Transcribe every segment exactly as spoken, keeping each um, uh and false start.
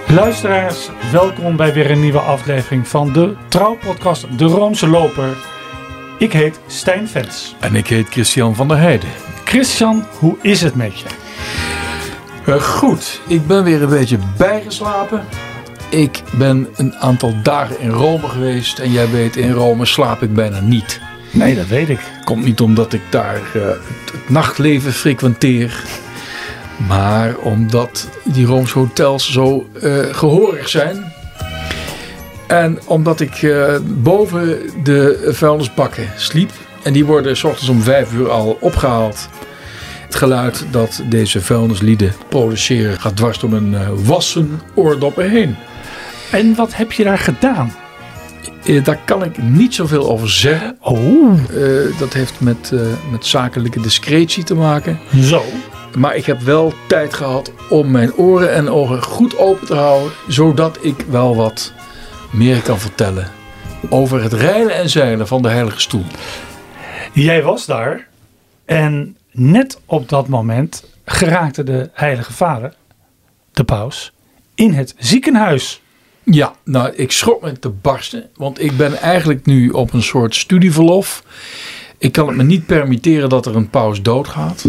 Luisteraars, welkom bij weer een nieuwe aflevering van de trouwpodcast De Roomse Loper. Ik heet Stijn Vens. En ik heet Christian van der Heijden. Christian, hoe is het met je? Uh, goed, ik ben weer een beetje bijgeslapen. Ik ben een aantal dagen in Rome geweest. En jij weet, in Rome slaap ik bijna niet. Nee, dat weet ik. Komt niet omdat ik daar uh, het, het nachtleven frequenteer. Maar omdat die Roomse hotels zo uh, gehoorig zijn. En omdat ik uh, boven de vuilnisbakken sliep. En die worden 's ochtends om vijf uur al opgehaald. Het geluid dat deze vuilnislieden produceren gaat dwars door mijn uh, wassen oordoppen heen. En wat heb je daar gedaan? Uh, daar kan ik niet zoveel over zeggen. Oh. Uh, dat heeft met, uh, met zakelijke discretie te maken. Zo. Maar ik heb wel tijd gehad om mijn oren en ogen goed open te houden. Zodat ik wel wat meer kan vertellen over het reilen en zeilen van de Heilige Stoel. Jij was daar en net op dat moment geraakte de Heilige Vader, de paus, in het ziekenhuis. Ja, nou ik schrok me te barsten, want ik ben eigenlijk nu op een soort studieverlof. Ik kan het me niet permitteren dat er een paus doodgaat.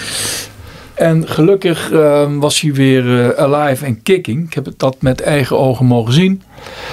En gelukkig uh, was hij weer uh, alive en kicking. Ik heb dat met eigen ogen mogen zien.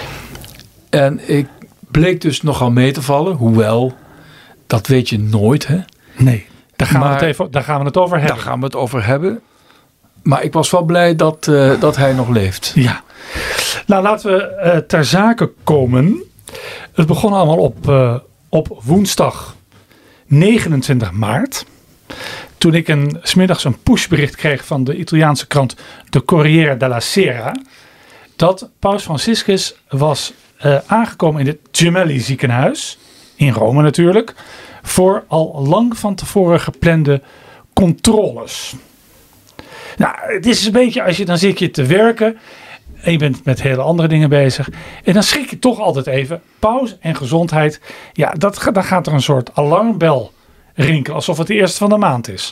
En ik bleek dus nogal mee te vallen. Hoewel, dat weet je nooit, hè? Nee, daar gaan, maar, we, het even, daar gaan we het over hebben. Daar gaan we het over hebben. Maar ik was wel blij dat, uh, dat hij nog leeft. Ja. Nou, laten we uh, ter zake komen. Het begon allemaal op, uh, op woensdag negenentwintig maart. Toen ik een, 's middags een pushbericht kreeg van de Italiaanse krant De Corriere della Sera. Dat Paus Franciscus was uh, aangekomen in het Gemelli ziekenhuis. In Rome natuurlijk. Voor al lang van tevoren geplande controles. Nou, het is een beetje als je dan zit je te werken. En je bent met hele andere dingen bezig. En dan schrik je toch altijd even. Paus en gezondheid. Ja, dat, dan gaat er een soort alarmbel rinkelen. Alsof het de eerste van de maand is.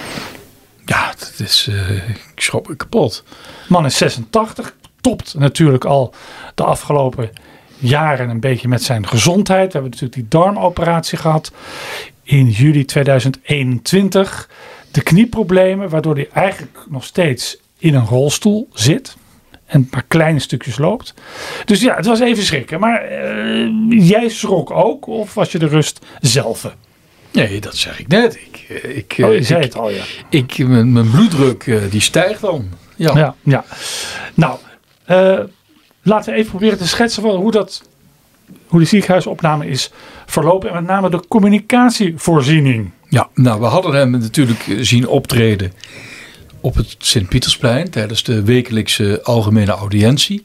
Ja, dat is, uh, ik schrok me kapot. Man is zesentachtig. Topt natuurlijk al de afgelopen jaren een beetje met zijn gezondheid. We hebben natuurlijk die darmoperatie gehad. In juli tweeduizend eenentwintig. De knieproblemen. Waardoor hij eigenlijk nog steeds in een rolstoel zit. En een paar kleine stukjes loopt. Dus ja, het was even schrikken. Maar uh, jij schrok ook? Of was je de rust zelf? Nee, dat zeg ik net. Ik, ik, oh, je zei ik, het al, ja. Ik, mijn, mijn bloeddruk uh, die stijgt dan. Ja, ja. ja. Nou, uh, laten we even proberen te schetsen van hoe, dat, hoe de ziekenhuisopname is verlopen. En met name de communicatievoorziening. Ja, nou, we hadden hem natuurlijk zien optreden op het Sint-Pietersplein tijdens de wekelijkse algemene audiëntie.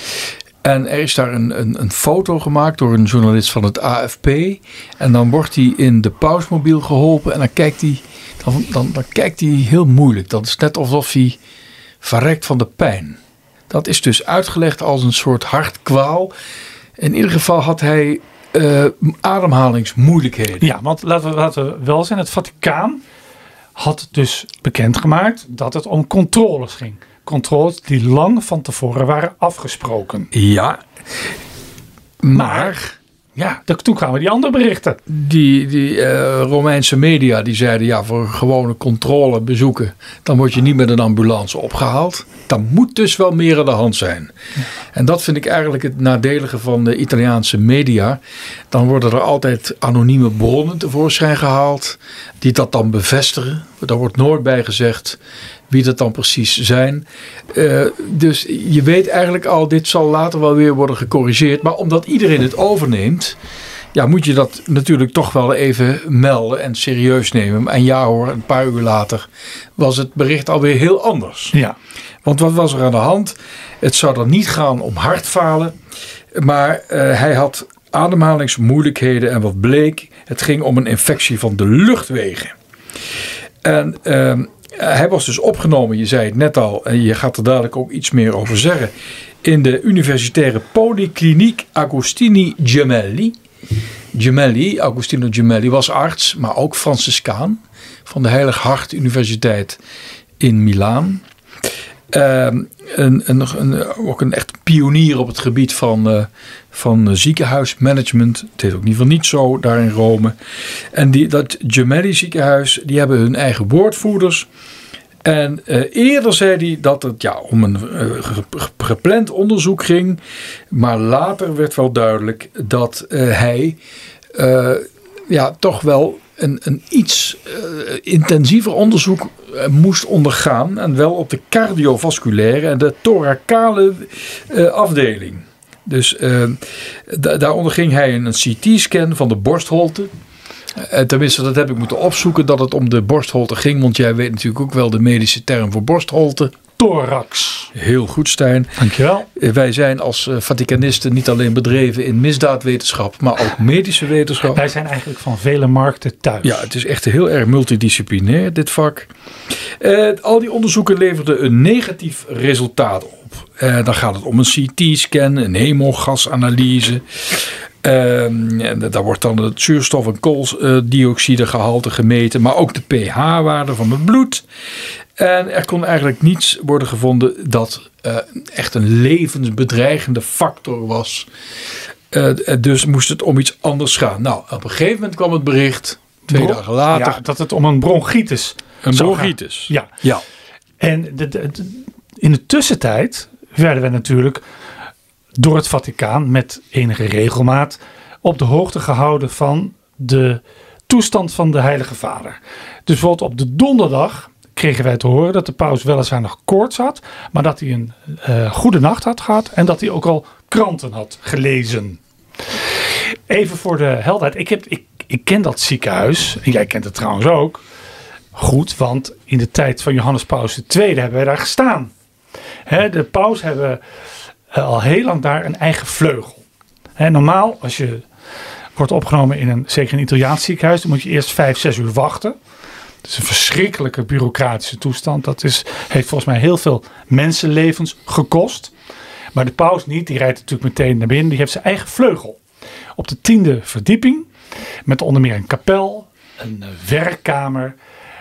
En er is daar een, een, een foto gemaakt door een journalist van het A F P. En dan wordt hij in de pausmobiel geholpen en dan kijkt hij, dan, dan, dan kijkt hij heel moeilijk. Dat is net alsof hij verrekt van de pijn. Dat is dus uitgelegd als een soort hartkwaal. In ieder geval had hij uh, ademhalingsmoeilijkheden. Ja, want laten we, laten we wel zijn, het Vaticaan had dus bekendgemaakt dat het om controles ging. Controles die lang van tevoren waren afgesproken. Ja, maar, maar ja, toen kwamen die andere berichten. Die, die uh, Romeinse media die zeiden ja, voor gewone controlebezoeken, dan word je niet met een ambulance opgehaald. Dan moet dus wel meer aan de hand zijn. Ja. En dat vind ik eigenlijk het nadelige van de Italiaanse media. Dan worden er altijd anonieme bronnen tevoorschijn gehaald die dat dan bevestigen. Daar wordt nooit bij gezegd wie dat dan precies zijn. Uh, dus je weet eigenlijk al, dit zal later wel weer worden gecorrigeerd. Maar omdat iedereen het overneemt, ja, moet je dat natuurlijk toch wel even melden en serieus nemen. En ja hoor, een paar uur later was het bericht alweer heel anders. Ja. Want wat was er aan de hand? Het zou dan niet gaan om hartfalen. Maar uh, hij had ademhalingsmoeilijkheden en wat bleek, het ging om een infectie van de luchtwegen. En uh, hij was dus opgenomen, je zei het net al, en je gaat er dadelijk ook iets meer over zeggen, in de universitaire Polykliniek Agostini Gemelli. Gemelli, Agostino Gemelli was arts, maar ook Franciscaan van de Heilig Hart Universiteit in Milaan. Uh, een, een, een, ook een echt pionier op het gebied van, uh, van ziekenhuismanagement. Het heet ook niet van niet zo daar in Rome. En die, dat Gemelli ziekenhuis, die hebben hun eigen woordvoerders. En uh, eerder zei hij dat het ja, om een uh, gepland onderzoek ging. Maar later werd wel duidelijk dat uh, hij uh, ja, toch wel een, een iets uh, intensiever onderzoek uh, moest ondergaan. En wel op de cardiovasculaire en de thoracale uh, afdeling. Dus uh, da- daar onderging hij een C T-scan van de borstholte. Uh, tenminste, dat heb ik moeten opzoeken dat het om de borstholte ging. Want jij weet natuurlijk ook wel de medische term voor borstholte. Thorax. Heel goed, Stijn. Dankjewel. Uh, wij zijn als uh, Vaticanisten niet alleen bedreven in misdaadwetenschap, maar ook medische wetenschap. Wij zijn eigenlijk van vele markten thuis. Ja, het is echt heel erg multidisciplinair, dit vak. Uh, al die onderzoeken leverden een negatief resultaat op. Uh, dan gaat het om een C T-scan, een hemogasanalyse. Uh, daar wordt dan het zuurstof- en kooldioxidegehalte gemeten, maar ook de pH-waarde van het bloed. En er kon eigenlijk niets worden gevonden dat uh, echt een levensbedreigende factor was. Uh, dus moest het om iets anders gaan. Nou, op een gegeven moment kwam het bericht, twee Bron- dagen later. Ja, dat het om een bronchitis Een bronchitis. Ja. ja. En de, de, de, in de tussentijd werden we natuurlijk door het Vaticaan met enige regelmaat op de hoogte gehouden van de toestand van de Heilige Vader. Dus bijvoorbeeld op de donderdag kregen wij te horen dat de paus weliswaar nog koorts had, maar dat hij een uh, goede nacht had gehad en dat hij ook al kranten had gelezen. Even voor de helderheid, ik, heb, ik, ik ken dat ziekenhuis, en jij kent het trouwens ook, goed, want in de tijd van Johannes Paus de Tweede hebben wij daar gestaan. He, de paus hebben uh, al heel lang daar een eigen vleugel. He, normaal, als je wordt opgenomen in een, zeker een Italiaans ziekenhuis, dan moet je eerst vijf, zes uur wachten. Het is een verschrikkelijke bureaucratische toestand. Dat is, heeft volgens mij heel veel mensenlevens gekost. Maar de paus niet, die rijdt natuurlijk meteen naar binnen. Die heeft zijn eigen vleugel. Op de tiende verdieping, met onder meer een kapel, een werkkamer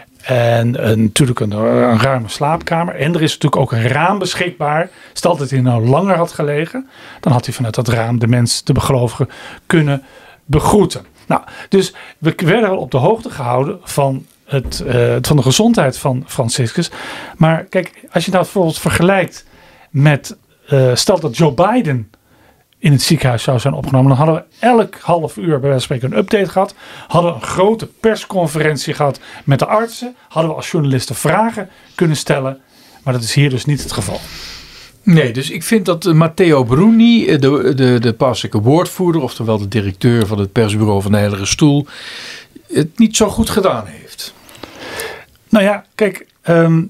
en een, natuurlijk een, een ruime slaapkamer. En er is natuurlijk ook een raam beschikbaar. Stel dat hij nou langer had gelegen, dan had hij vanuit dat raam de mens, de begelovige, kunnen begroeten. Nou, dus we werden wel op de hoogte gehouden van, het, uh, van de gezondheid van Franciscus. Maar kijk, als je nou bijvoorbeeld vergelijkt met, uh, stel dat Joe Biden in het ziekenhuis zou zijn opgenomen, dan hadden we elk half uur bij wijze van spreken een update gehad. Hadden we een grote persconferentie gehad met de artsen. Hadden we als journalisten vragen kunnen stellen. Maar dat is hier dus niet het geval. Nee, dus ik vind dat Matteo Bruni, de, de, de pauselijke woordvoerder, oftewel de directeur van het persbureau van de Heilige Stoel, het niet zo goed gedaan heeft. Nou ja, kijk, um,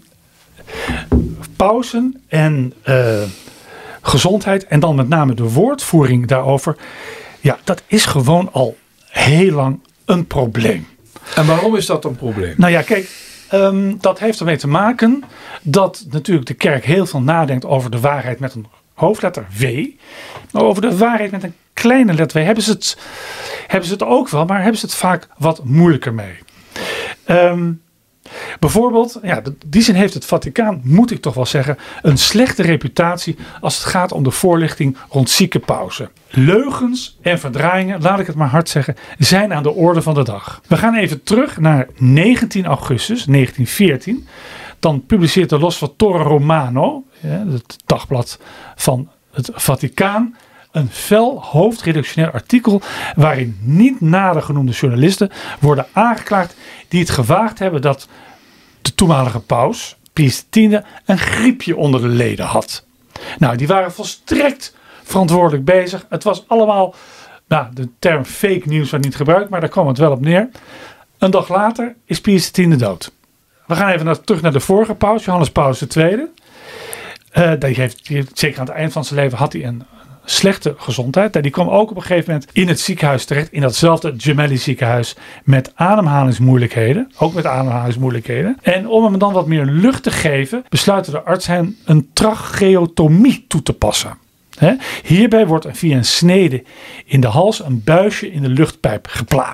pausen en uh, gezondheid en dan met name de woordvoering daarover, ja, dat is gewoon al heel lang een probleem. En waarom is dat een probleem? Nou ja, kijk, um, dat heeft ermee te maken dat natuurlijk de kerk heel veel nadenkt over de waarheid met een hoofdletter W. Maar over de waarheid met een kleine letter W hebben ze het, hebben ze het ook wel, maar hebben ze het vaak wat moeilijker mee. Um, Bijvoorbeeld, ja, die zin heeft het Vaticaan, moet ik toch wel zeggen, een slechte reputatie als het gaat om de voorlichting rond ziekenpauzen. Leugens en verdraaiingen, laat ik het maar hard zeggen, zijn aan de orde van de dag. We gaan even terug naar negentien augustus negentien veertien. Dan publiceert de L'Osservatore Romano, het dagblad van het Vaticaan, een fel hoofdredactionair artikel waarin niet nader genoemde journalisten worden aangeklaagd die het gewaagd hebben dat de toenmalige paus, Pius X, een griepje onder de leden had. Nou, die waren volstrekt verantwoordelijk bezig. Het was allemaal, nou, de term fake news werd niet gebruikt, maar daar kwam het wel op neer. Een dag later is Pius X dood. We gaan even naar, terug naar de vorige paus, Johannes Paus de Tweede. Uh, die heeft, die heeft, zeker aan het eind van zijn leven had hij een slechte gezondheid. Die kwam ook op een gegeven moment in het ziekenhuis terecht. In datzelfde Gemelli ziekenhuis met ademhalingsmoeilijkheden. Ook met ademhalingsmoeilijkheden. En om hem dan wat meer lucht te geven, besluiten de arts hem een tracheotomie toe te passen. He? Hierbij wordt via een snede in de hals een buisje in de luchtpijp geplaatst.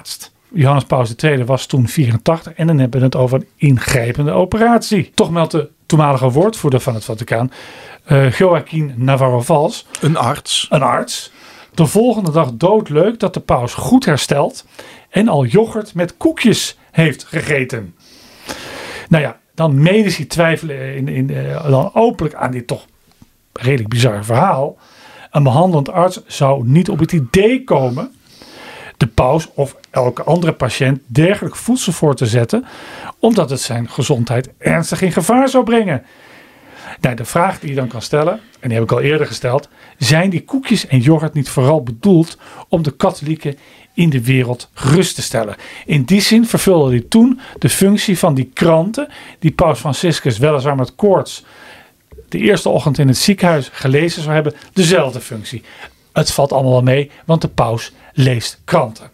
Johannes Paus de Tweede was toen vierentachtig en dan hebben we het over een ingrijpende operatie. Toch meldt de toenmalige woordvoerder van het Vaticaan, uh, Joaquín Navarro Valls, Een arts. een arts, de volgende dag doodleuk dat de paus goed herstelt en al yoghurt met koekjes heeft gegeten. Nou ja, dan medici twijfelen in, in, uh, dan openlijk aan dit toch redelijk bizar verhaal. Een behandelend arts zou niet op het idee komen de paus of elke andere patiënt dergelijk voedsel voor te zetten, omdat het zijn gezondheid ernstig in gevaar zou brengen. Nou, de vraag die je dan kan stellen, en die heb ik al eerder gesteld, zijn die koekjes en yoghurt niet vooral bedoeld om de katholieken in de wereld gerust te stellen? In die zin vervulde hij toen de functie van die kranten die paus Franciscus weliswaar met koorts de eerste ochtend in het ziekenhuis gelezen zou hebben, dezelfde functie. Het valt allemaal wel mee, want de paus leest kranten.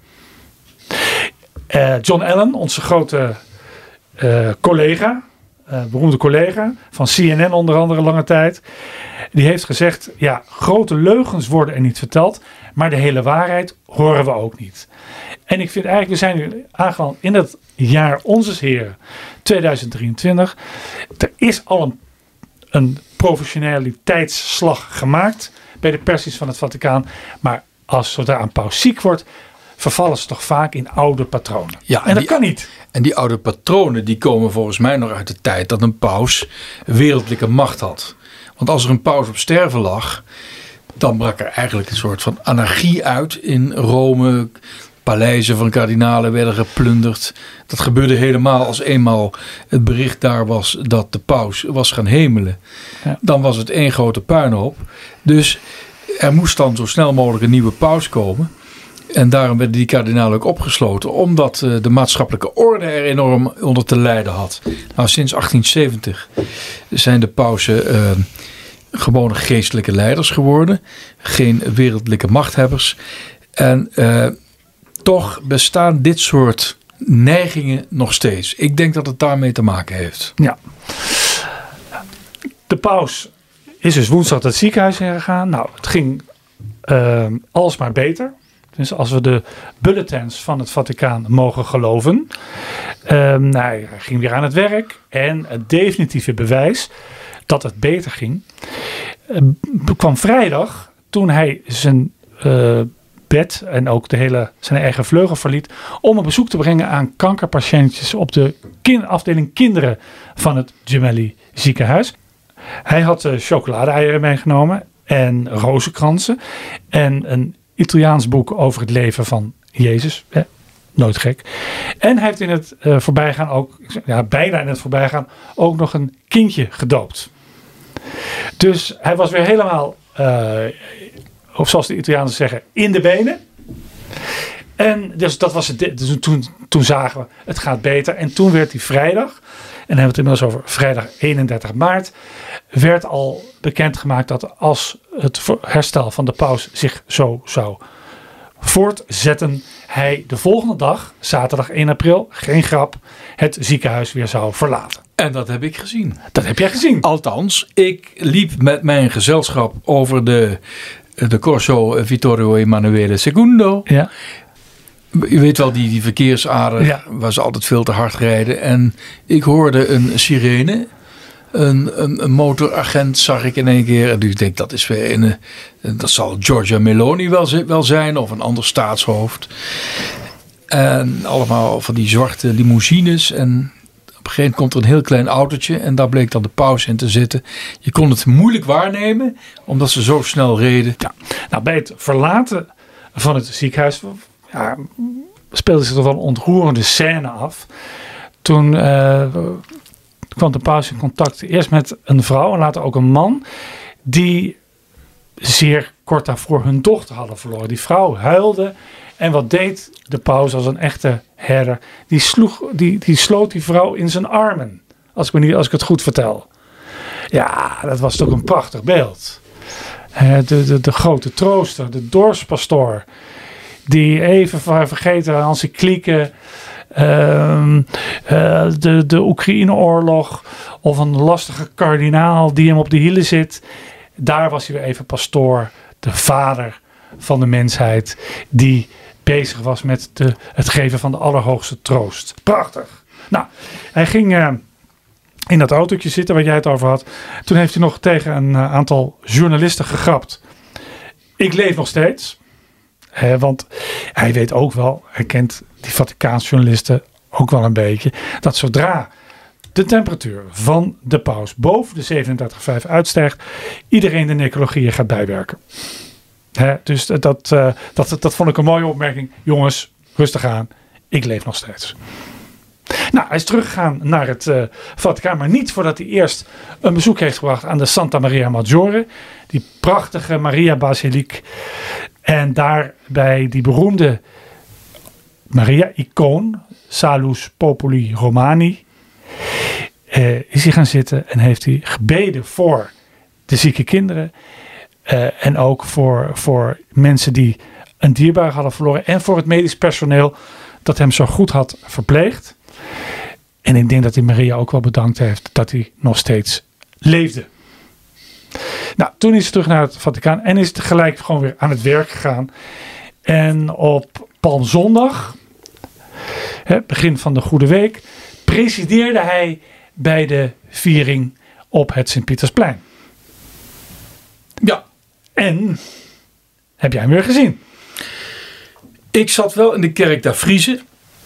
Uh, John Allen, onze grote uh, collega, uh, beroemde collega van C N N onder andere lange tijd, die heeft gezegd, ja, grote leugens worden er niet verteld, maar de hele waarheid horen we ook niet. En ik vind eigenlijk, we zijn nu aangeland in het jaar Onzes Heren tweeduizend drieëntwintig. Er is al een, een professionaliteitsslag gemaakt bij de persies van het Vaticaan, maar als zodra een paus ziek wordt, vervallen ze toch vaak in oude patronen. Ja, en, en dat die, kan niet. En die oude patronen die komen volgens mij nog uit de tijd dat een paus wereldlijke macht had. Want als er een paus op sterven lag, dan brak er eigenlijk een soort van anarchie uit in Rome. Paleizen van kardinalen werden geplunderd. Dat gebeurde helemaal als eenmaal het bericht daar was dat de paus was gaan hemelen. Ja. Dan was het één grote puinhoop. Dus er moest dan zo snel mogelijk een nieuwe paus komen. En daarom werden die kardinalen ook opgesloten. Omdat uh, de maatschappelijke orde er enorm onder te lijden had. Nou, sinds achttien zeventig zijn de pausen uh, gewone geestelijke leiders geworden. Geen wereldlijke machthebbers. En uh, toch bestaan dit soort neigingen nog steeds. Ik denk dat het daarmee te maken heeft. Ja. De paus is dus woensdag het ziekenhuis ingegaan. Nou, het ging uh, alsmaar beter. Dus als we de bulletins van het Vaticaan mogen geloven. Uh, nou, hij ging weer aan het werk. En het definitieve bewijs dat het beter ging uh, kwam vrijdag toen hij zijn uh, bed en ook de hele, zijn eigen vleugel verliet om een bezoek te brengen aan kankerpatiëntjes op de kin- afdeling kinderen van het Gemelli ziekenhuis. Hij had uh, chocolade-eieren meegenomen en rozenkransen en een Italiaans boek over het leven van Jezus. Eh, nooit gek. En hij heeft in het uh, voorbijgaan ook, ja, bijna in het voorbijgaan, ook nog een kindje gedoopt. Dus hij was weer helemaal, uh, of zoals de Italianen zeggen, in de benen. En dus dat was het. Dus toen, toen zagen we, het gaat beter. En toen werd die vrijdag, en dan hebben we het inmiddels over vrijdag eenendertig maart, werd al bekendgemaakt dat als het herstel van de paus zich zo zou voortzetten, hij de volgende dag, zaterdag één april, geen grap, het ziekenhuis weer zou verlaten. En dat heb ik gezien. Dat heb jij gezien? Althans, ik liep met mijn gezelschap over de, de Corso Vittorio Emanuele Segundo. Ja. Je weet wel, die, die verkeersader, ja, waar ze altijd veel te hard rijden. En ik hoorde een sirene. Een, een, een motoragent zag ik in één keer. En ik denk, dat is weer een, dat zal Giorgia Meloni wel, wel zijn. Of een ander staatshoofd. En allemaal van die zwarte limousines. En op een gegeven moment komt er een heel klein autootje. En daar bleek dan de paus in te zitten. Je kon het moeilijk waarnemen. Omdat ze zo snel reden. Ja. Nou, bij het verlaten van het ziekenhuis, ja, speelde zich toch wel een ontroerende scène af. Toen uh, kwam de paus in contact eerst met een vrouw en later ook een man die zeer kort daarvoor hun dochter hadden verloren. Die vrouw huilde en wat deed de paus als een echte herder? Die, sloeg, die, die sloot die vrouw in zijn armen, als ik, me niet, als ik het goed vertel. Ja, dat was toch een prachtig beeld. Uh, de, de, de grote trooster, de dorpspastoor, die even vergeten encyclieken, uh, uh, de, de Oekraïne-oorlog of een lastige kardinaal die hem op de hielen zit. Daar was hij weer even pastoor, de vader van de mensheid, die bezig was met de, het geven van de allerhoogste troost. Prachtig. Nou, hij ging uh, in dat autootje zitten waar jij het over had. Toen heeft hij nog tegen een uh, aantal journalisten gegrapt. Ik leef nog steeds. He, want hij weet ook wel, hij kent die Vaticaanse ook wel een beetje, dat zodra de temperatuur van de paus boven de zevenendertig komma vijf uitstijgt, iedereen de necrologieën gaat bijwerken. He, dus dat, uh, dat, dat vond ik een mooie opmerking. Jongens, rustig aan. Ik leef nog steeds. Nou, hij is teruggegaan naar het uh, Vaticaan, maar niet voordat hij eerst een bezoek heeft gebracht aan de Santa Maria Maggiore. Die prachtige Maria-basiliek. En daar bij die beroemde Maria-icoon, Salus Populi Romani, uh, is hij gaan zitten en heeft hij gebeden voor de zieke kinderen. Uh, en ook voor, voor mensen die een dierbare hadden verloren. En voor het medisch personeel dat hem zo goed had verpleegd. En ik denk dat hij Maria ook wel bedankt heeft dat hij nog steeds leefde. Nou, toen is hij terug naar het Vaticaan en is het gelijk gewoon weer aan het werk gegaan. En op Palmzondag, hè, begin van de Goede Week, presideerde hij bij de viering op het Sint-Pietersplein. Ja, en heb jij hem weer gezien? Ik zat wel in de kerk daar Friese,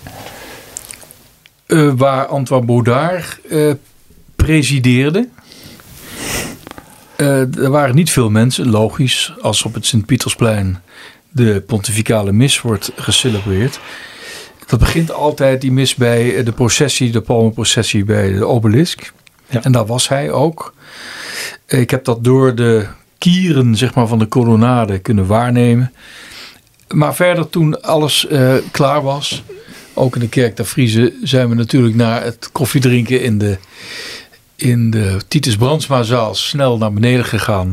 uh, waar Antoine Baudard uh, presideerde. Uh, er waren niet veel mensen, logisch, als op het Sint-Pietersplein de pontificale mis wordt gecelebreerd. Dat begint altijd die mis bij de processie, de palmenprocessie bij de obelisk. Ja. En daar was hij ook. Ik heb dat door de kieren, zeg maar, van de kolonnade kunnen waarnemen. Maar verder, toen alles uh, klaar was, ook in de kerk der Friese, zijn we natuurlijk naar het koffiedrinken in de, in de Titus Brandsma-zaal snel naar beneden gegaan.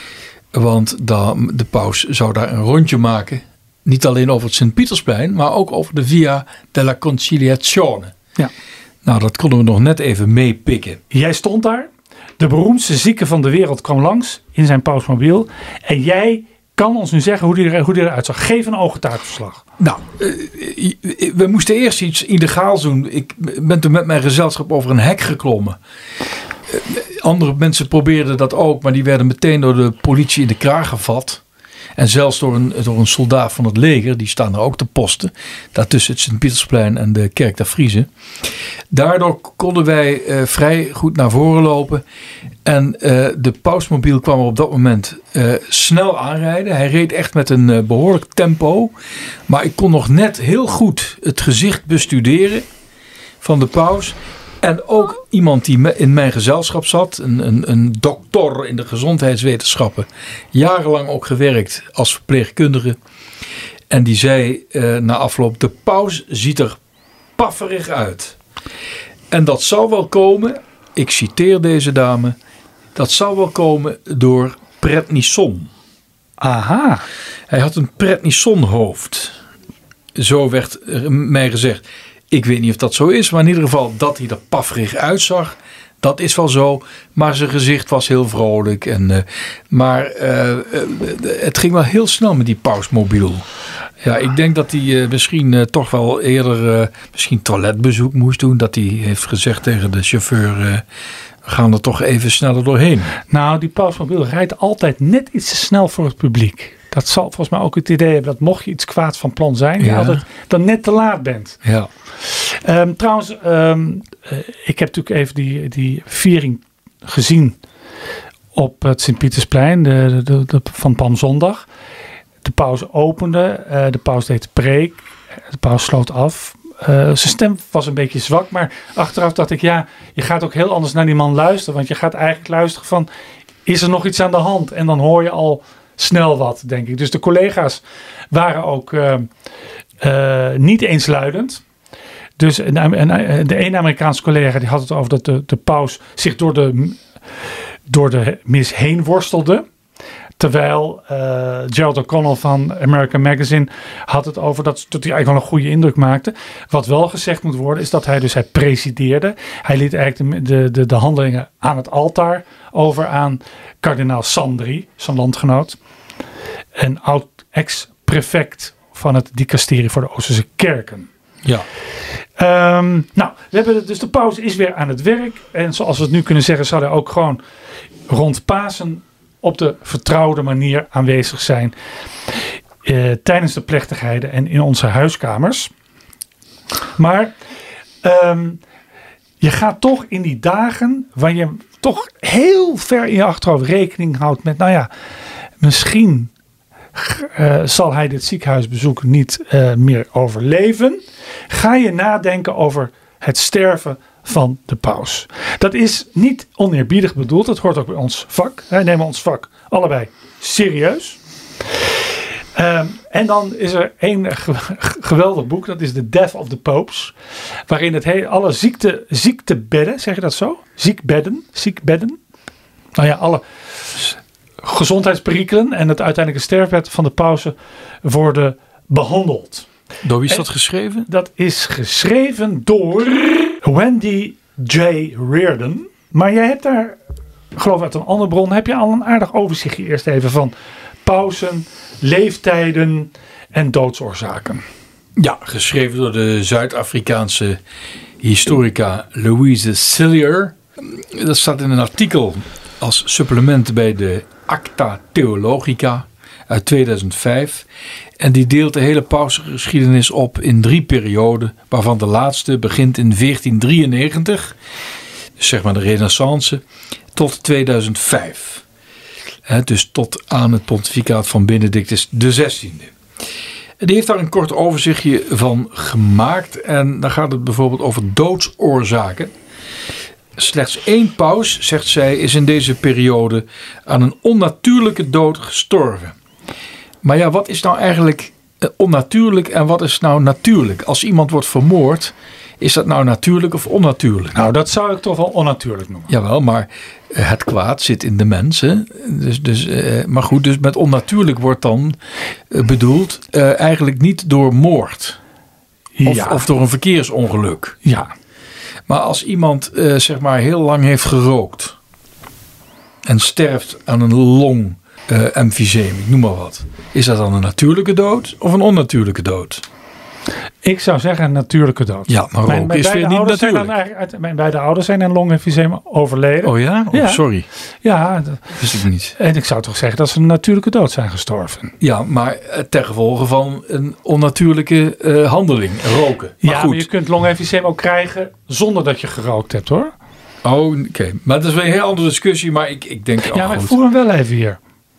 Want dan, de paus zou daar een rondje maken. Niet alleen over het Sint-Pietersplein, maar ook over de Via della Conciliazione. Ja. Nou, dat konden we nog net even meepikken. Jij stond daar. De beroemdste zieke van de wereld kwam langs in zijn pausmobiel. En jij kan ons nu zeggen hoe die, er, hoe die eruit zag. Geef een ooggetuigenverslag. Nou, uh, we moesten eerst iets illegaals doen. Ik ben toen met mijn gezelschap over een hek geklommen. Uh, andere mensen probeerden dat ook, maar die werden meteen door de politie in de kraag gevat. En zelfs door een, door een soldaat van het leger, die staan er ook te posten. Daar tussen het Sint-Pietersplein en de kerk der Friese. Daardoor konden wij uh, vrij goed naar voren lopen. En uh, de pausmobiel kwam er op dat moment uh, snel aanrijden. Hij reed echt met een uh, behoorlijk tempo. Maar ik kon nog net heel goed het gezicht bestuderen van de paus. En ook iemand die in mijn gezelschap zat, een, een, een doctor in de gezondheidswetenschappen, jarenlang ook gewerkt als verpleegkundige. En die zei uh, na afloop, de paus ziet er pafferig uit. En dat zou wel komen, ik citeer deze dame, dat zou wel komen door prednison. Aha. Hij had een prednisonhoofd. Zo werd mij gezegd. Ik weet niet of dat zo is, maar in ieder geval dat hij er pafferig uitzag, dat is wel zo. Maar zijn gezicht was heel vrolijk. En, uh, maar uh, uh, het ging wel heel snel met die pausmobiel. Ja, ik denk dat hij uh, misschien uh, toch wel eerder uh, misschien toiletbezoek moest doen. Dat hij heeft gezegd tegen de chauffeur, uh, we gaan er toch even sneller doorheen. Nou, die pausmobiel rijdt altijd net iets te snel voor het publiek. Dat zal volgens mij ook het idee hebben dat mocht je iets kwaads van plan zijn, ja, je altijd dan net te laat bent. Ja. Um, trouwens, um, uh, ik heb natuurlijk even die, die viering gezien op het Sint-Pietersplein de, de, de, van Palmzondag. De paus opende, uh, de paus deed de preek, de paus sloot af. Uh, zijn stem was een beetje zwak, maar achteraf dacht ik, ja, je gaat ook heel anders naar die man luisteren. Want je gaat eigenlijk luisteren van, is er nog iets aan de hand? En dan hoor je al snel wat, denk ik. Dus de collega's waren ook uh, uh, niet eensluidend. Dus een, een, de ene Amerikaanse collega die had het over dat de, de paus zich door de, door de mis heen worstelde. Terwijl uh, Gerald O'Connell van American Magazine had het over dat, dat hij eigenlijk wel een goede indruk maakte. Wat wel gezegd moet worden is dat hij dus hij presideerde. Hij liet eigenlijk de, de, de, de handelingen aan het altaar over aan kardinaal Sandri, zijn landgenoot. Een oud ex-prefect van het dicasterie voor de Oosterse kerken. Ja. Um, nou, we hebben het, dus de paus is weer aan het werk. En zoals we het nu kunnen zeggen, zal hij ook gewoon rond Pasen op de vertrouwde manier aanwezig zijn. Uh, tijdens de plechtigheden en in onze huiskamers. Maar um, je gaat toch in die dagen waar je toch heel ver in je achterhoofd rekening houdt met, nou ja, misschien uh, zal hij dit ziekenhuisbezoek niet uh, meer overleven. Ga je nadenken over het sterven van de paus. Dat is niet oneerbiedig bedoeld. Dat hoort ook bij ons vak. Wij nemen ons vak allebei serieus. Um, en dan is er één ge- geweldig boek. Dat is The Death of the Popes. Waarin het hele, alle ziekte, ziektebedden, zeg je dat zo? Ziekbedden, ziekbedden. Nou ja, alle gezondheidsperikelen en het uiteindelijke sterfbed van de pausen worden behandeld. Door wie is en dat geschreven? Dat is geschreven door Wendy J. Reardon. Maar jij hebt daar, geloof ik uit een andere bron, heb je al een aardig overzichtje eerst even van pausen, leeftijden en doodsoorzaken. Ja, geschreven door de Zuid-Afrikaanse historica Louise Sillier. Dat staat in een artikel als supplement bij de Acta Theologica uit tweeduizend vijf. En die deelt de hele pausengeschiedenis op in drie perioden, waarvan de laatste begint in veertien drieënnegentig, dus zeg maar de Renaissance, tot tweeduizend vijf. He, dus tot aan het pontificaat van Benedictus de zestiende. En die heeft daar een kort overzichtje van gemaakt. En dan gaat het bijvoorbeeld over doodsoorzaken. Slechts één paus, zegt zij, is in deze periode aan een onnatuurlijke dood gestorven. Maar ja, wat is nou eigenlijk onnatuurlijk en wat is nou natuurlijk? Als iemand wordt vermoord, is dat nou natuurlijk of onnatuurlijk? Nou, dat zou ik toch wel onnatuurlijk noemen. Jawel, maar het kwaad zit in de mensen. Dus, dus, uh, maar goed, dus met onnatuurlijk wordt dan uh, bedoeld uh, eigenlijk niet door moord. Of, Ja. of door een verkeersongeluk. Ja. Maar als iemand uh, zeg maar heel lang heeft gerookt en sterft aan een long uh, emfyseem, ik noem maar wat. Is dat dan een natuurlijke dood of een onnatuurlijke dood? Ik zou zeggen een natuurlijke dood. Ja, maar mijn, roken mijn is weer beide niet ouders zijn natuurlijk. dan eigenlijk uit, mijn beide ouders zijn aan longemfyseem overleden. Oh ja? Oh, Ja. sorry. Ja, d- Wist ik niet. en ik zou toch zeggen dat ze een natuurlijke dood zijn gestorven. Ja, maar uh, ter gevolge van een onnatuurlijke uh, handeling, roken. Maar ja, goed. maar je kunt longemfyseem ook krijgen zonder dat je gerookt hebt, hoor. Oh, oké. Okay. Maar dat is weer een heel andere discussie. Maar ik, ik denk... Oh, ja, maar ik goed. voer hem wel even hier.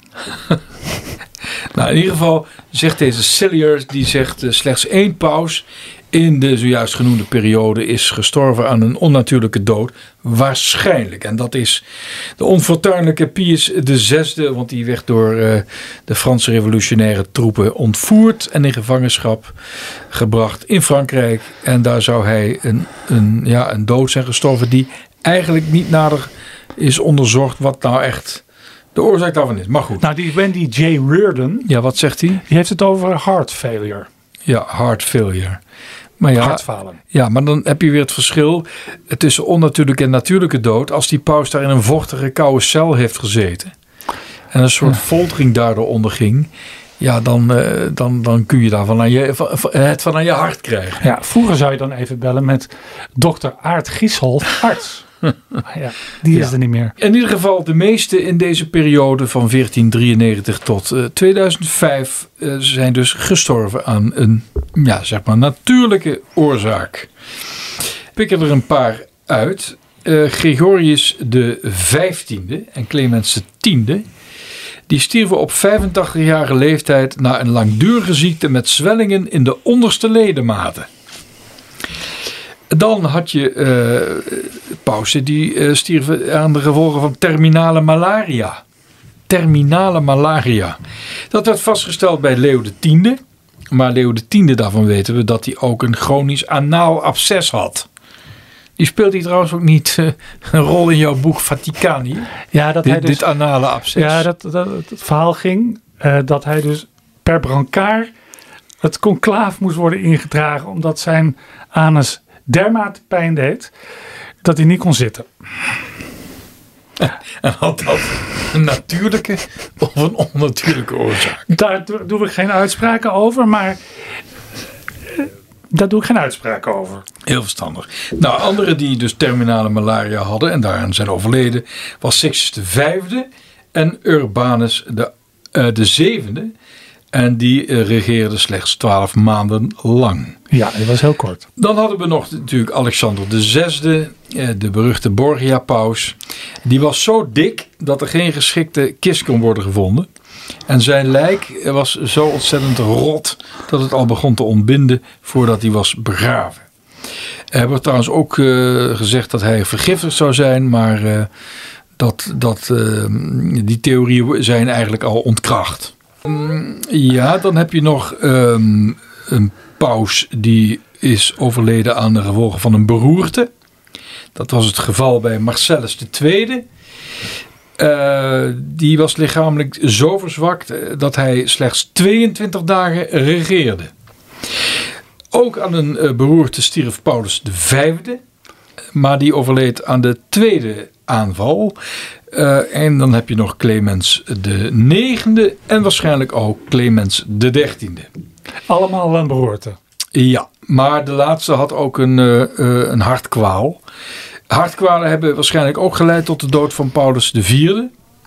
Nou, in ieder geval zegt deze Sillier, die zegt uh, slechts één paus in de zojuist genoemde periode is gestorven aan een onnatuurlijke dood. Waarschijnlijk. En dat is de onfortuinlijke Pius de zesde, want die werd door uh, de Franse revolutionaire troepen ontvoerd en in gevangenschap gebracht in Frankrijk. En daar zou hij een, een, ja, een dood zijn gestorven die eigenlijk niet nader is onderzocht wat nou echt de oorzaak daarvan is. Maar goed. Nou, die Wendy J. Reardon, Ja, wat zegt hij? die heeft het over heart failure. Ja, heart failure. Maar ja, Hartfalen. ja, maar dan heb je weer het verschil tussen onnatuurlijke en natuurlijke dood. Als die paus daar in een vochtige koude cel heeft gezeten en een soort foltering daardoor onderging, ja, dan, uh, dan, dan kun je daarvan aan je, van, van, het van aan je hart krijgen. Ja, vroeger zou je dan even bellen met dokter Aart Giesholt, arts. Maar ja, die is Ja. er niet meer. In ieder geval de meeste in deze periode van veertien drieënnegentig tot uh, tweeduizend vijf uh, zijn dus gestorven aan een, ja, zeg maar natuurlijke oorzaak. Pik er een paar uit. Uh, Gregorius de vijftiende en Clemens de tiende. Die stierven op vijfentachtigjarige leeftijd na een langdurige ziekte met zwellingen in de onderste ledematen. Dan had je uh, pausen die uh, stierven aan de gevolgen van terminale malaria. Terminale malaria. Dat werd vastgesteld bij Leo de tiende. Maar Leo de tiende, daarvan weten we dat hij ook een chronisch anaal absces had. Die speelt hij trouwens ook niet uh, een rol in jouw boek Vaticani. Ja, dat hij Dit, dus, dit anale absces. ja, dat, dat, het verhaal ging uh, dat hij dus per brancard het conclaaf moest worden ingedragen omdat zijn anus dermate pijn deed dat hij niet kon zitten. En had dat een natuurlijke of een onnatuurlijke oorzaak? Daar do- doen we geen uitspraken over, maar uh, daar doe ik geen uitspraken over. Heel verstandig. Nou, anderen die dus terminale malaria hadden en daaraan zijn overleden, was Sixtus de vijfde en Urbanus de, uh, de zevende. En die uh, regeerde slechts twaalf maanden lang. Ja, dat was heel kort. Dan hadden we nog natuurlijk Alexander de zesde, uh, de beruchte Borgia-paus. Die was zo dik dat er geen geschikte kist kon worden gevonden. En zijn lijk was zo ontzettend rot dat het al begon te ontbinden voordat hij was begraven. Er wordt trouwens ook uh, gezegd dat hij vergiftigd zou zijn, maar uh, dat, dat, uh, die theorieën zijn eigenlijk al ontkracht. Um, ja, dan heb je nog um, een paus die is overleden aan de gevolgen van een beroerte. Dat was het geval bij Marcellus de tweede. Uh, die was lichamelijk zo verzwakt dat hij slechts tweeëntwintig dagen regeerde. Ook aan een uh, beroerte stierf Paulus de vijfde, maar die overleed aan de tweede aanval. Uh, en dan heb je nog Clemens de negende en waarschijnlijk ook Clemens de dertiende. Allemaal een beroerte. Ja, maar de laatste had ook een, uh, uh, een hartkwaal. Hartkwalen hebben waarschijnlijk ook geleid tot de dood van Paulus de vierde.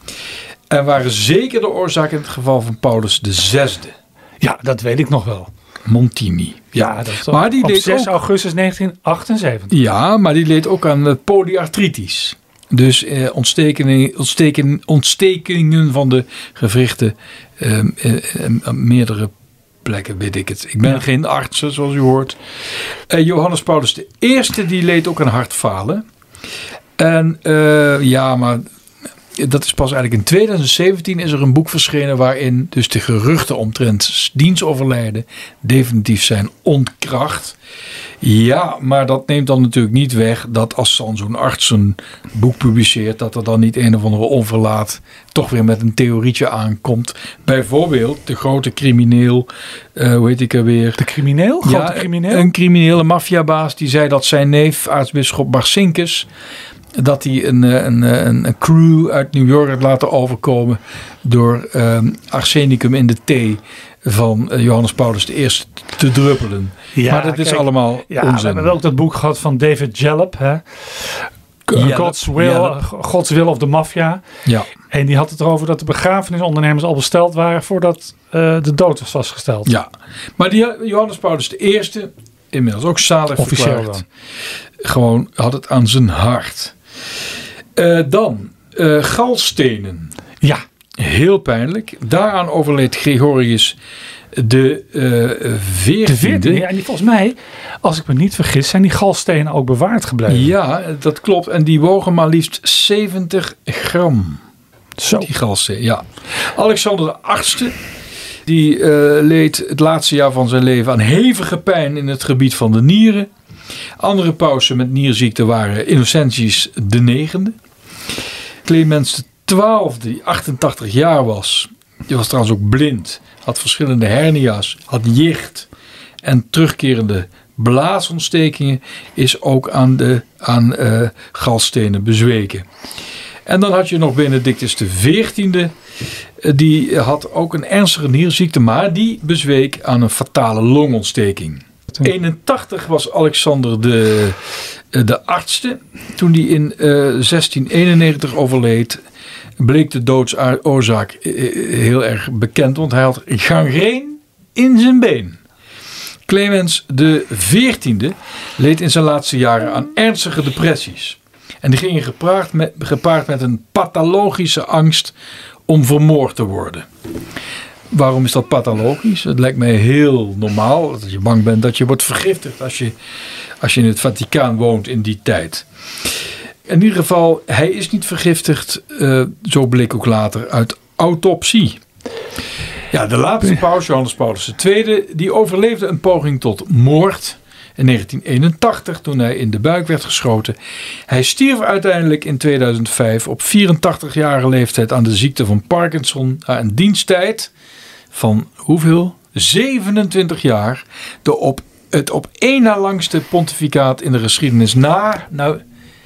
En waren zeker de oorzaak in het geval van Paulus de zesde. Ja, dat weet ik nog wel. Montini. Ja, dat is maar die op leed zes ook, augustus negentien achtenzeventig. Ja, maar die leed ook aan polyartritis. Dus eh, ontstekingen, ontstekingen, ontstekingen van de gewrichten. Eh, eh, eh, meerdere plekken, weet ik het. Ik ben ja. geen arts, zoals u hoort. Uh, Johannes Paulus de eerste, die leed ook aan hartfalen. En uh, ja, maar dat is pas eigenlijk in tweeduizend zeventien is er een boek verschenen waarin dus de geruchten omtrent dienstoverlijden definitief zijn ontkracht. Ja, maar dat neemt dan natuurlijk niet weg dat als dan zo'n arts een boek publiceert, dat er dan niet een of andere onverlaat toch weer met een theorietje aankomt. Bijvoorbeeld de grote crimineel, uh, hoe heet ik er weer? De crimineel? Grote ja, crimineel? Een criminele maffiabaas die zei dat zijn neef, aartsbisschop Marcinkus, dat hij een, een, een, een crew uit New York had laten overkomen door um, arsenicum in de thee van uh, Johannes Paulus de eerste te druppelen. Ja, maar dat kijk, is allemaal ja, onzin. We hebben ook dat boek gehad van David Jallup. Hè? Ja, God's, will, ja, God's Will of the Mafia. Ja. En die had het erover dat de begrafenisondernemers al besteld waren voordat uh, de dood was vastgesteld. Ja, maar die Johannes Paulus de eerste, inmiddels ook zalig officieel verklaard, dan. Gewoon had het aan zijn hart. Uh, dan uh, galstenen. Ja. Heel pijnlijk. Daaraan overleed Gregorius de uh, veertiende. De veertiende, ja, en die, volgens mij, als ik me niet vergis, zijn die galstenen ook bewaard gebleven. Ja, dat klopt. En die wogen maar liefst zeventig gram. Zo. Die galstenen, ja. Alexander de achtste, die uh, leed het laatste jaar van zijn leven aan hevige pijn in het gebied van de nieren. Andere pausen met nierziekte waren Innocentius de negende. Clemens de twaalfde, die achtentachtig jaar was. Die was trouwens ook blind. Had verschillende hernia's. Had jicht. En terugkerende blaasontstekingen. Is ook aan de aan, uh, galstenen bezweken. En dan had je nog Benedictus de veertiende. Die had ook een ernstige nierziekte. Maar die bezweek aan een fatale longontsteking. eenentachtig was Alexander de, de achtste. Toen hij in uh, zestien eenennegentig overleed, bleek de doodsoorzaak heel erg bekend. Want hij had gangreen in zijn been. Clemens de veertiende leed in zijn laatste jaren aan ernstige depressies. En die gingen gepaard met, gepaard met een pathologische angst om vermoord te worden. Waarom is dat pathologisch? Het lijkt mij heel normaal dat je bang bent dat je wordt vergiftigd als je, als je in het Vaticaan woont in die tijd. In ieder geval, hij is niet vergiftigd, uh, zo bleek ook later, uit autopsie. Ja, de laatste paus, Johannes Paulus de tweede, die overleefde een poging tot moord in negentien eenentachtig toen hij in de buik werd geschoten. Hij stierf uiteindelijk in tweeduizend vijf op vierentachtigjarige leeftijd aan de ziekte van Parkinson na een diensttijd van hoeveel? zevenentwintig jaar. De op, het op één na langste pontificaat in de geschiedenis na... Nou,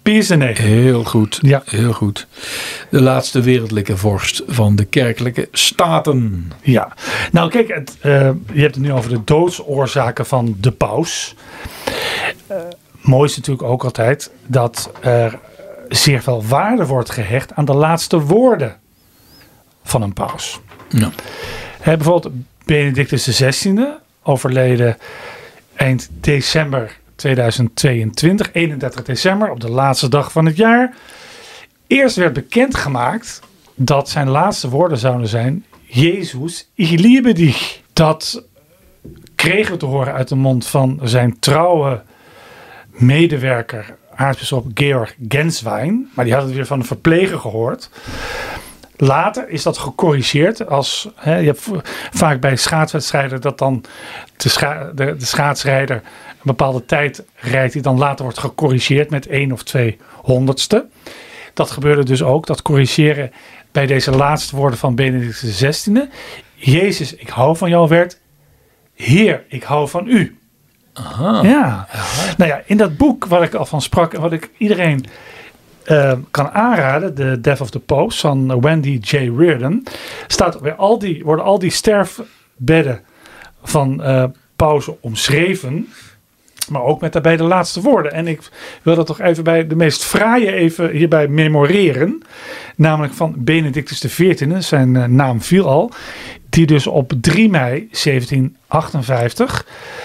Pius de negende. Heel goed, Ja. heel goed. De laatste wereldlijke vorst van de kerkelijke staten. Ja, nou kijk, het, uh, je hebt het nu over de doodsoorzaken van de paus. Uh, mooi is natuurlijk ook altijd dat er zeer veel waarde wordt gehecht aan de laatste woorden van een paus. Ja. He, bijvoorbeeld Benedictus de zestiende, overleden eind december tweeduizend tweeëntwintig, eenendertig december, op de laatste dag van het jaar. Eerst werd bekendgemaakt dat zijn laatste woorden zouden zijn: Jezus, ich liebe dich. Dat kregen we te horen uit de mond van zijn trouwe medewerker, aartsbisschop Georg Genswein. Maar die had het weer van een verpleger gehoord. Later is dat gecorrigeerd. Als, hè, je hebt vaak bij schaatswedstrijden dat dan de, scha- de, de schaatsrijder een bepaalde tijd rijdt, die dan later wordt gecorrigeerd met één of twee honderdste. Dat gebeurde dus ook. Dat corrigeren bij deze laatste woorden van Benedictus de zestiende. Jezus, ik hou van jou, werd Heer, ik hou van u. Aha. Ja. Aha. Nou ja, in dat boek waar ik al van sprak, wat ik iedereen uh, kan aanraden, The Death of the Popes van Wendy J. Reardon, staat weer al die, worden al die sterfbedden van uh, pausen omschreven, maar ook met daarbij de laatste woorden. En ik wil dat toch even bij de meest fraaie even hierbij memoreren, namelijk van Benedictus de veertiende, zijn uh, naam viel al, die dus op drie mei zeventien achtenvijftig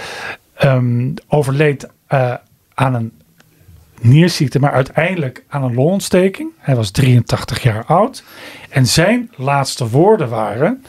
um, overleed uh, aan een nierziekte, maar uiteindelijk aan een longontsteking. Hij was drieëntachtig jaar oud. En zijn laatste woorden waren: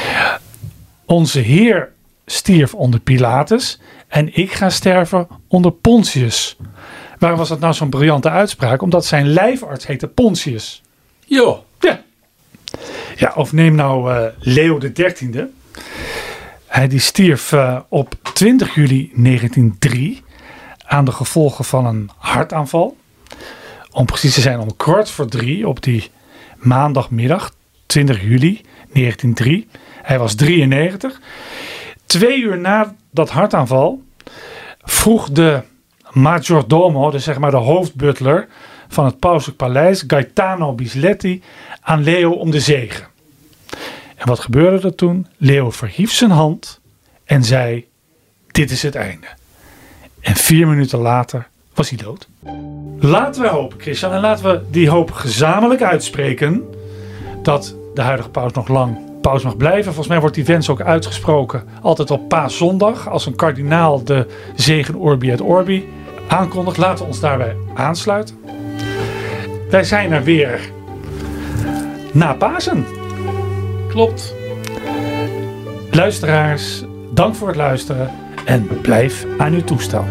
onze Heer stierf onder Pilatus en ik ga sterven onder Pontius. Waarom was dat nou zo'n briljante uitspraak? Omdat zijn lijfarts heette Pontius. Jo. Ja. Ja, of neem nou uh, Leo de dertiende. Hij die stierf uh, op twintig juli negentiendrie aan de gevolgen van een hartaanval. Om precies te zijn om kwart voor drie op die maandagmiddag, twintig juli negentiendrie. Hij was drieënnegentig. Twee uur na dat hartaanval vroeg de maggiordomo, dus zeg maar de hoofdbutler van het pauselijk paleis, Gaetano Bisletti, aan Leo om de zegen. En wat gebeurde er toen? Leo verhief zijn hand en zei: dit is het einde. En vier minuten later was hij dood. Laten we hopen, Christian, en laten we die hoop gezamenlijk uitspreken dat de huidige paus nog lang paus mag blijven. Volgens mij wordt die wens ook uitgesproken altijd op Paaszondag, als een kardinaal de zegen Urbi et Orbi aankondigt. Laten we ons daarbij aansluiten. Wij zijn er weer na Pasen. Klopt. Luisteraars, dank voor het luisteren en blijf aan uw toestel.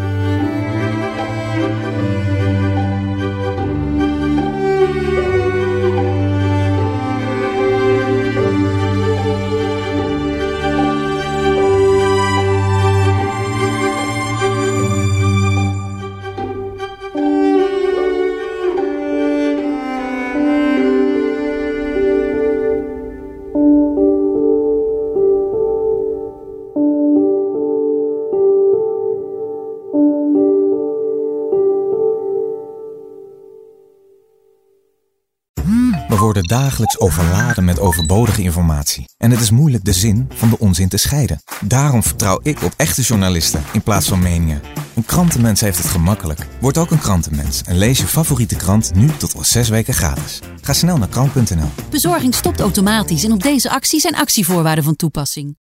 We worden dagelijks overladen met overbodige informatie. En het is moeilijk de zin van de onzin te scheiden. Daarom vertrouw ik op echte journalisten in plaats van meningen. Een krantenmens heeft het gemakkelijk. Word ook een krantenmens en lees je favoriete krant nu tot al zes weken gratis. Ga snel naar krant punt n l. Bezorging stopt automatisch en op deze actie zijn actievoorwaarden van toepassing.